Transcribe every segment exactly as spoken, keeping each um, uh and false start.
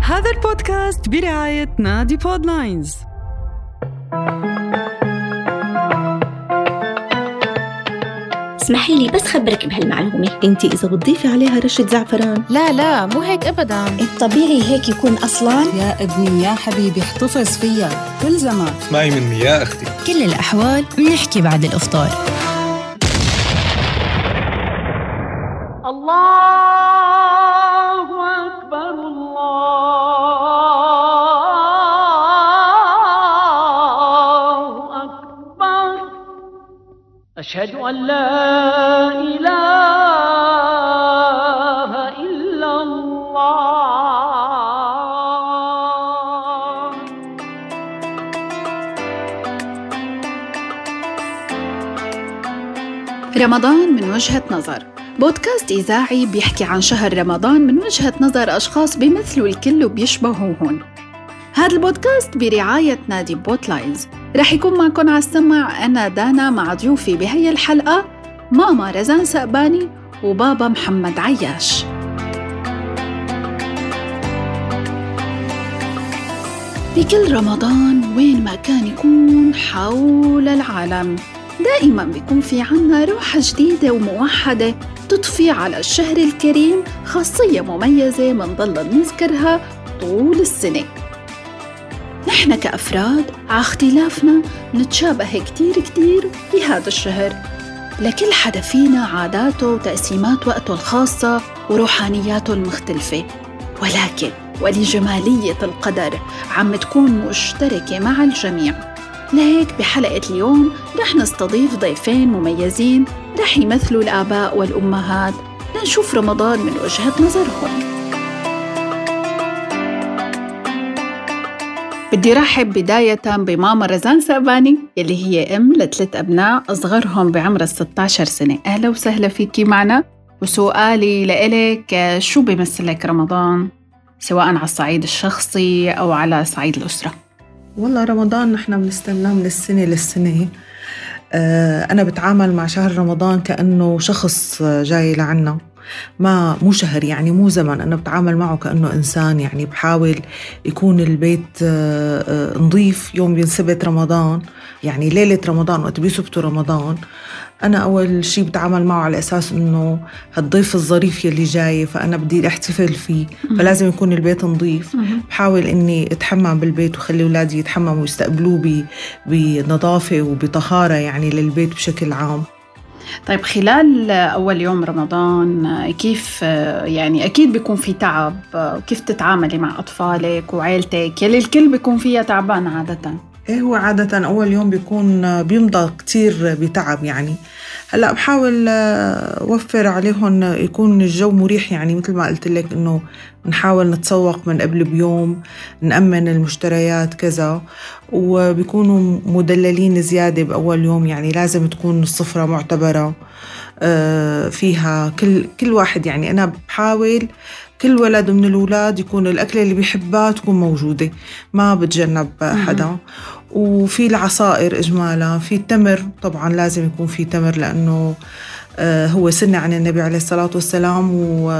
هذا البودكاست برعاية نادي بودلاينز. اسمحي لي بس خبرك بهالمعلومة، انتي إذا بتضيفي عليها رشة زعفران. لا لا مو هيك أبداً، الطبيعي هيك يكون أصلاً. يا ابني يا حبيبي احتفظ فيها كل زمان. اسمعي مني يا أختي، كل الأحوال منحكي بعد الإفطار. الله أكبر الله أكبر، أشهد أن لا إله إلا الله. رمضان من وجهة نظر، بودكاست إذاعي بيحكي عن شهر رمضان من وجهة نظر أشخاص بيمثلوا الكل وبيشبهوهن. هذا البودكاست برعاية نادي بودلاينز. رح يكون معكم على السمع أنا دانا مع ضيوفي بهي الحلقة ماما رزان سقباني وبابا محمد عياش. بكل رمضان وين ما كان يكون حول العالم دائما بيكون في عنا روح جديدة وموحدة تضفي على الشهر الكريم خاصية مميزة منضل نذكرها طول السنة. نحن كأفراد على اختلافنا نتشابه كتير كتير بهذا الشهر، لكل حدا فينا عاداته وتقسيمات وقته الخاصة وروحانياته المختلفة، ولكن ولجمالية القدر عم تكون مشتركة مع الجميع. لهيك بحلقة اليوم رح نستضيف ضيفين مميزين رح يمثلوا الآباء والأمهات لنشوف رمضان من وجهة نظرهم. بدي رحب بداية بماما رزان سقباني اللي هي أم لثلاث أبناء أصغرهم بعمر الستة عشر سنة. أهلا وسهلا فيكي معنا. وسؤالي لإلك، شو بيمثلك رمضان سواء على الصعيد الشخصي أو على صعيد الأسرة؟ والله رمضان نحن بنستناه من السنة للسنة. أنا بتعامل مع شهر رمضان كأنه شخص جاي لعنا، ما مو شهر يعني مو زمن. أنا بتعامل معه كأنه إنسان، يعني بحاول يكون البيت نظيف يوم بينسبت رمضان، يعني ليلة رمضان وقت بيسبتوا رمضان. أنا أول شيء بتعامل معه على أساس إنه هالضيف الظريف يلي جاي فأنا بدي أحتفل فيه، فلازم يكون البيت نظيف. بحاول إني أتحمم بالبيت وخلي أولادي يتحمموا ويستقبلوه بنظافة وبطهارة يعني للبيت بشكل عام. طيب خلال أول يوم رمضان كيف يعني أكيد بيكون في تعب، كيف تتعاملي مع أطفالك وعائلتك يلي الكل بيكون فيها تعبان عادةً؟ إيه هو عادة أول يوم بيكون بيمضى كتير بتعب يعني. هلأ بحاول أوفر عليهم يكون الجو مريح، يعني مثل ما قلت لك إنه نحاول نتسوق من قبل بيوم، نأمن المشتريات كذا، وبيكونوا مدللين زيادة بأول يوم. يعني لازم تكون السفرة معتبرة فيها كل كل واحد. يعني أنا بحاول كل ولد من الأولاد يكون الأكلة اللي بيحبها تكون موجودة، ما بتجنب حدا. وفي العصائر إجمالا، في التمر طبعا لازم يكون في تمر لأنه هو سنة عن النبي عليه الصلاة والسلام،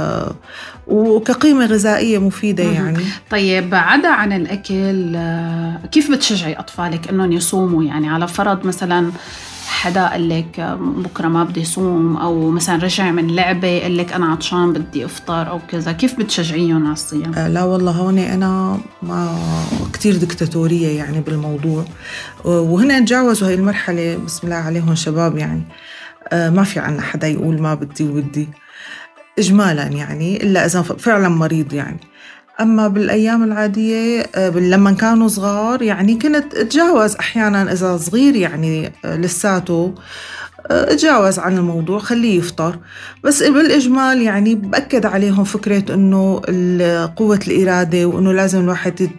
وكقيمة غذائية مفيدة يعني. طيب عدا عن الأكل، كيف بتشجعي أطفالك أنهم يصوموا؟ يعني على فرض مثلا حدا قال لك بكرة ما بدي صوم، أو مثلا رجع من لعبة قال لك أنا عطشان بدي أفطر أو كذا، كيف بتشجعيهم على الصيام؟ آه لا والله هوني أنا ما كتير دكتاتورية يعني بالموضوع، وهنا تجاوزوا هاي المرحلة بسم الله عليهم شباب يعني. آه ما في عنا حدا يقول ما بدي ودي إجمالا يعني، إلا إذا فعلا مريض يعني. أما بالأيام العادية لما كانوا صغار يعني كنت أتجاوز أحيانا، إذا صغير يعني لساته أتجاوز عن الموضوع خليه يفطر. بس بالإجمال يعني بأكد عليهم فكرة أنه قوة الإرادة، وأنه لازم الواحد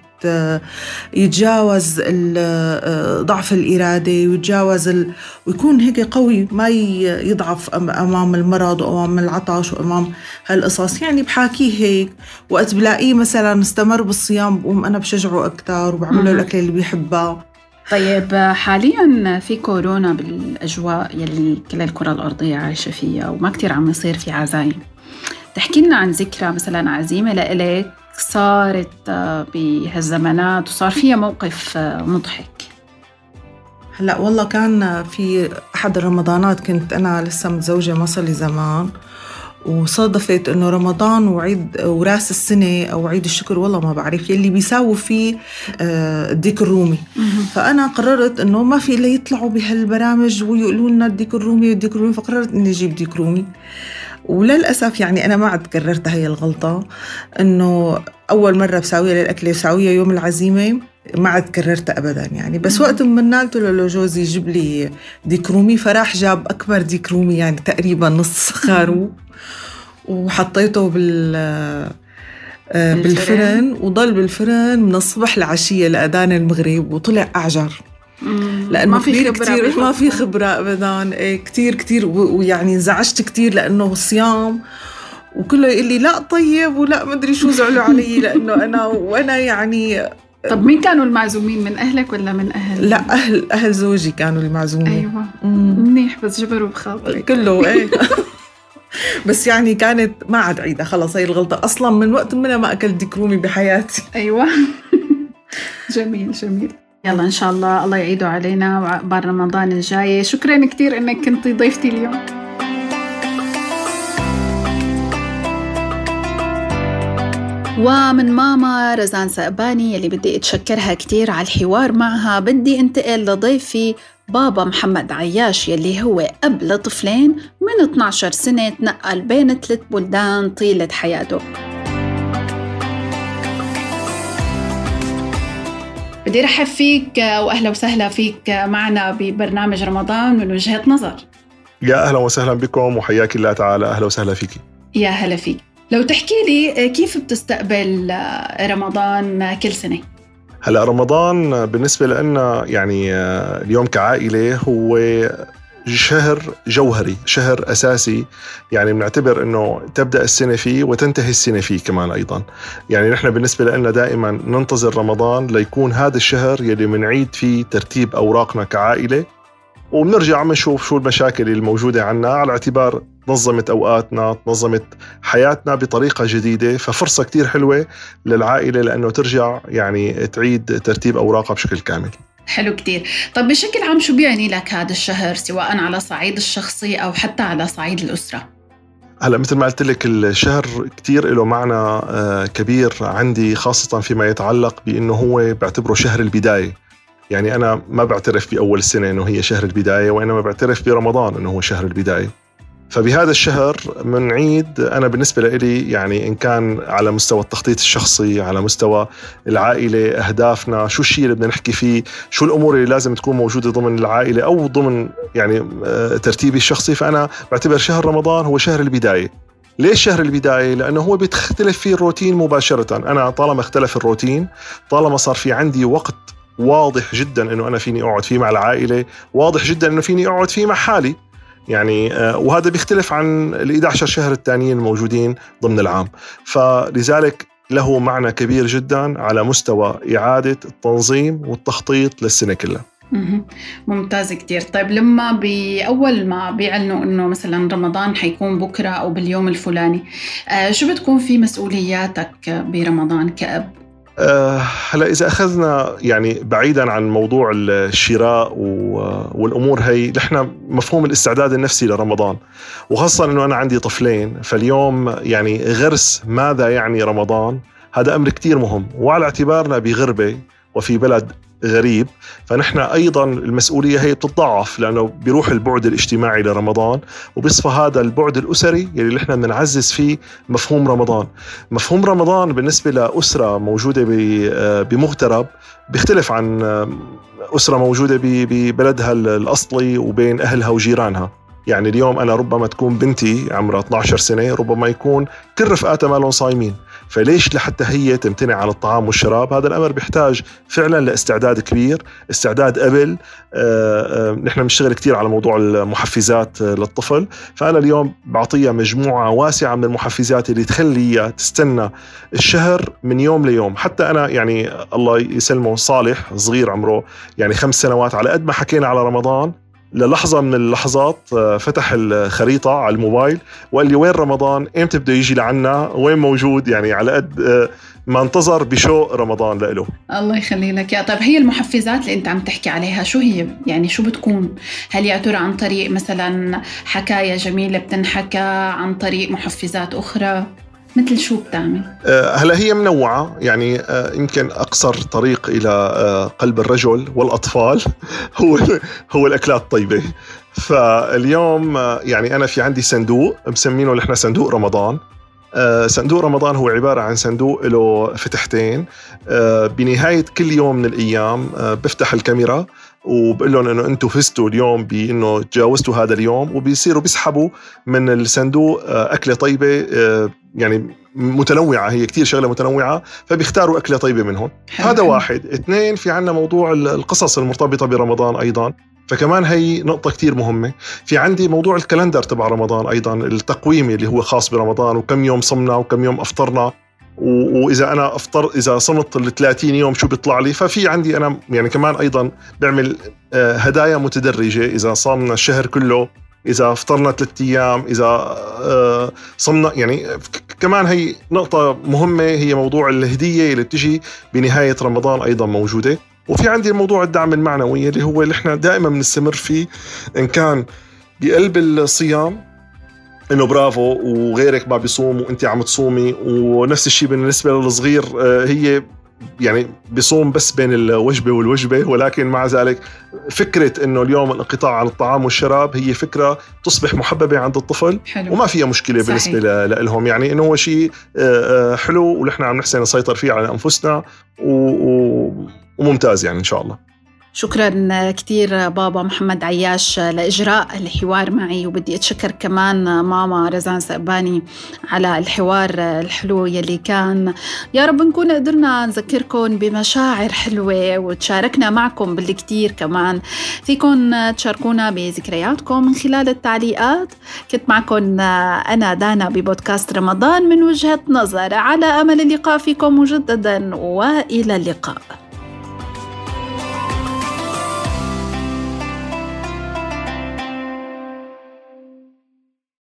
يتجاوز ضعف الإرادة ويتجاوز ال... ويكون هيك قوي، ما يضعف أمام المرض وأمام العطش وأمام هالقصص. يعني بحاكيه هيك، وقت بلاقيه مثلا استمر بالصيام بقوم أنا بشجعه أكتر وبعمله الأكل اللي بيحبه. طيب حالياً في كورونا بالأجواء يلي كل الكرة الأرضية عايشة فيها، وما كتير عم يصير في عزايم. تحكي لنا عن ذكرى مثلاً عزيمة لإلك صارت بهالزمانات وصار فيها موقف مضحك؟ هلأ والله كان في أحد الرمضانات كنت أنا لسه متزوجة ما صار لي زمان، وصادفت إنه رمضان وعيد وراس السنة أو عيد الشكر والله ما بعرف يلي بيساووا فيه الديك الرومي. فأنا قررت إنه ما في إلا يطلعوا بهالبرامج ويقولوا لنا الديك الرومي والديك الرومي، فقررت إني أجيب ديك رومي. وللأسف يعني أنا ما عاد كررت هاي الغلطة، إنه أول مرة بساويها للأكل بساويها يوم العزيمة ما عاد كررتها أبدا يعني. بس وقت من نالته لجوزي يجيب لي ديك رومي، فراح جاب أكبر ديك رومي يعني تقريبا نص خروف وحطيته بال بالفرن، وضل بالفرن من الصبح لعشية لأذان المغرب، وطلع أعجر لأنه ما في خبرة كتير ما في خبرة أبدا. إيه كتير كتير، ويعني انزعجت كتير لأنه صيام، وكله يقول لي لا طيب ولا مدري شو زعلوا علي لأنه أنا وأنا يعني. طب مين كانوا المعزومين، من أهلك ولا من أهل؟ لا أهل أهل زوجي كانوا المعزومين. أيوة منيح، بس جبروا بخاطري كله. إيه بس يعني كانت ما عاد عيدة خلص، هاي الغلطة أصلا من وقت منها ما أكلت ديك رومي بحياتي. أيوة جميل جميل. يلا إن شاء الله الله يعيده علينا وعقبال رمضان الجاي. شكرا كتير إنك كنتي ضيفتي اليوم. ومن ماما رزان سقباني اللي بدي أتشكرها كتير على الحوار معها، بدي انتقل لضيفي بابا محمد عياش يلي هو أب لطفلين من اثنتي عشرة سنة، تنقل بين ثلاث بلدان طيلة حياته. بدي رحب فيك وأهلا وسهلا فيك معنا ببرنامج رمضان من وجهة نظر. يا أهلا وسهلا بكم وحياك الله تعالى. أهلا وسهلا فيك. يا هلا فيك. لو تحكي لي كيف بتستقبل رمضان كل سنة؟ هلأ رمضان بالنسبة لنا يعني اليوم كعائلة هو شهر جوهري، شهر أساسي، يعني بنعتبر أنه تبدأ السنة فيه وتنتهي السنة فيه كمان أيضا. يعني نحن بالنسبة لنا دائما ننتظر رمضان ليكون هذا الشهر يلي منعيد فيه ترتيب أوراقنا كعائلة، وبنرجع نشوف شو المشاكل الموجودة عنا على اعتبار نظمت أوقاتنا، نظمت حياتنا بطريقة جديدة. ففرصة كتير حلوة للعائلة لأنه ترجع يعني تعيد ترتيب أوراقها بشكل كامل. حلو كتير. طب بشكل عام شو بيعني لك هذا الشهر، سواء على صعيد الشخصي أو حتى على صعيد الأسرة؟ هلأ مثل ما قلت لك الشهر كتير له معنى كبير عندي، خاصة فيما يتعلق بأنه هو بعتبره شهر البداية. يعني أنا ما بعترف بأول السنة أنه هي شهر البداية، وإنما بعترف برمضان أنه هو شهر البداية. فبهذا الشهر من عيد أنا بالنسبة لي يعني إن كان على مستوى التخطيط الشخصي، على مستوى العائلة، أهدافنا، شو الشيء اللي بدنا نحكي فيه، شو الأمور اللي لازم تكون موجودة ضمن العائلة أو ضمن يعني ترتيبي الشخصي، فأنا بعتبر شهر رمضان هو شهر البداية. ليش شهر البداية؟ لأنه هو بتختلف فيه الروتين مباشرة. أنا طالما اختلف الروتين، طالما صار في عندي وقت واضح جدا أنه أنا فيني أقعد فيه مع العائلة، واضح جدا أنه فيني أقعد فيه مع حالي يعني، وهذا بيختلف عن ال إحدى عشر شهر التانيين الموجودين ضمن العام. فلذلك له معنى كبير جدا على مستوى إعادة التنظيم والتخطيط للسنة كلها. ممتاز كتير. طيب لما بأول ما بيعلنوا إنه مثلا رمضان حيكون بكرة أو باليوم الفلاني، آه شو بتكون في مسؤولياتك برمضان كأب؟ هلا إذا أخذنا يعني بعيدا عن موضوع الشراء والأمور هي، نحن مفهوم الاستعداد النفسي لرمضان، وخاصة أنه أنا عندي طفلين، فاليوم يعني غرس ماذا يعني رمضان هذا أمر كتير مهم. وعلى اعتبارنا بغربة وفي بلد غريب، فنحن أيضا المسؤولية هي بتتضاعف، لأنه بيروح البعد الاجتماعي لرمضان وبيصفى هذا البعد الأسري اللي نحن بنعزز فيه مفهوم رمضان. مفهوم رمضان بالنسبة لأسرة موجودة بمغترب بيختلف عن أسرة موجودة ببلدها الأصلي وبين أهلها وجيرانها. يعني اليوم أنا ربما تكون بنتي عمرها اثنتي عشرة سنة، ربما يكون كل رفقاتها مالهم صايمين، فليش لحتى هي تمتنع عن الطعام والشراب؟ هذا الأمر بيحتاج فعلا لاستعداد كبير، استعداد قبل. آآ آآ نحن بنشتغل كتير على موضوع المحفزات للطفل، فأنا اليوم بعطيها مجموعة واسعة من المحفزات اللي تخليها تستنى الشهر من يوم ليوم. حتى أنا يعني الله يسلمه صالح صغير عمره يعني خمس سنوات، على قد ما حكينا على رمضان للحظة من اللحظات فتح الخريطة على الموبايل وقال لي وين رمضان، إمتى بده يجي لعنا، وين موجود، يعني على قد ما انتظر بشوق رمضان لإله. الله يخلي لك يا. طيب هي المحفزات اللي أنت عم تحكي عليها شو هي؟ يعني شو بتكون؟ هل يا ترى عن طريق مثلا حكاية جميلة بتنحكى، عن طريق محفزات أخرى؟ مثل شو بتعمل؟ هلا هي منوعة، يعني يمكن أقصر طريق إلى قلب الرجل والأطفال هو هو الأكلات الطيبة. فاليوم يعني أنا في عندي صندوق مسمينه نحن صندوق رمضان. صندوق رمضان هو عبارة عن صندوق له فتحتين. بنهاية كل يوم من الأيام بفتح الكاميرا وبقول لهم إنه أنتوا فزتوا اليوم بإنه تجاوزتوا هذا اليوم، وبيصيروا بيسحبوا من الصندوق أكلة طيبة يعني متنوعة، هي كتير شغلة متنوعة، فبيختاروا أكلة طيبة منهم. هذا واحد. اثنين، في عنا موضوع القصص المرتبطة برمضان أيضا، فكمان هي نقطة كتير مهمة. في عندي موضوع الكالندر تبع رمضان أيضا، التقويمي اللي هو خاص برمضان، وكم يوم صمنا وكم يوم أفطرنا، وإذا أنا أفطر إذا صمت الثلاثين يوم شو بيطلع لي. ففي عندي أنا يعني كمان أيضا بعمل هدايا متدرجة، إذا صامنا الشهر كله، إذا فطرنا ثلاثة أيام، إذا صمنا، يعني كمان هي نقطة مهمة، هي موضوع الهدية اللي بتجي بنهاية رمضان أيضا موجودة. وفي عندي الموضوع الدعم المعنوي اللي هو اللي احنا دائما بنستمر فيه، إن كان بقلب الصيام إنه برافو وغيرك ما بيصوم وإنتي عم تصومي، ونفس الشيء بالنسبة للصغير هي يعني بيصوم بس بين الوجبة والوجبة، ولكن مع ذلك فكرة إنه اليوم الانقطاع عن الطعام والشراب هي فكرة تصبح محببة عند الطفل. حلو. وما فيها مشكلة. صحيح. بالنسبة لهم، يعني إنه هو شيء حلو ونحن عم نحسن نسيطر فيه على أنفسنا وممتاز يعني إن شاء الله. شكرا كتير بابا محمد عياش لإجراء الحوار معي، وبدي أتشكر كمان ماما رزان سقباني على الحوار الحلو يلي كان. يا رب نكون قدرنا نذكركم بمشاعر حلوة وتشاركنا معكم بالكتير. كمان فيكن تشاركونا بذكرياتكم من خلال التعليقات. كنت معكم أنا دانا ببودكاست رمضان من وجهة نظر، على أمل اللقاء فيكم مجددا، وإلى اللقاء.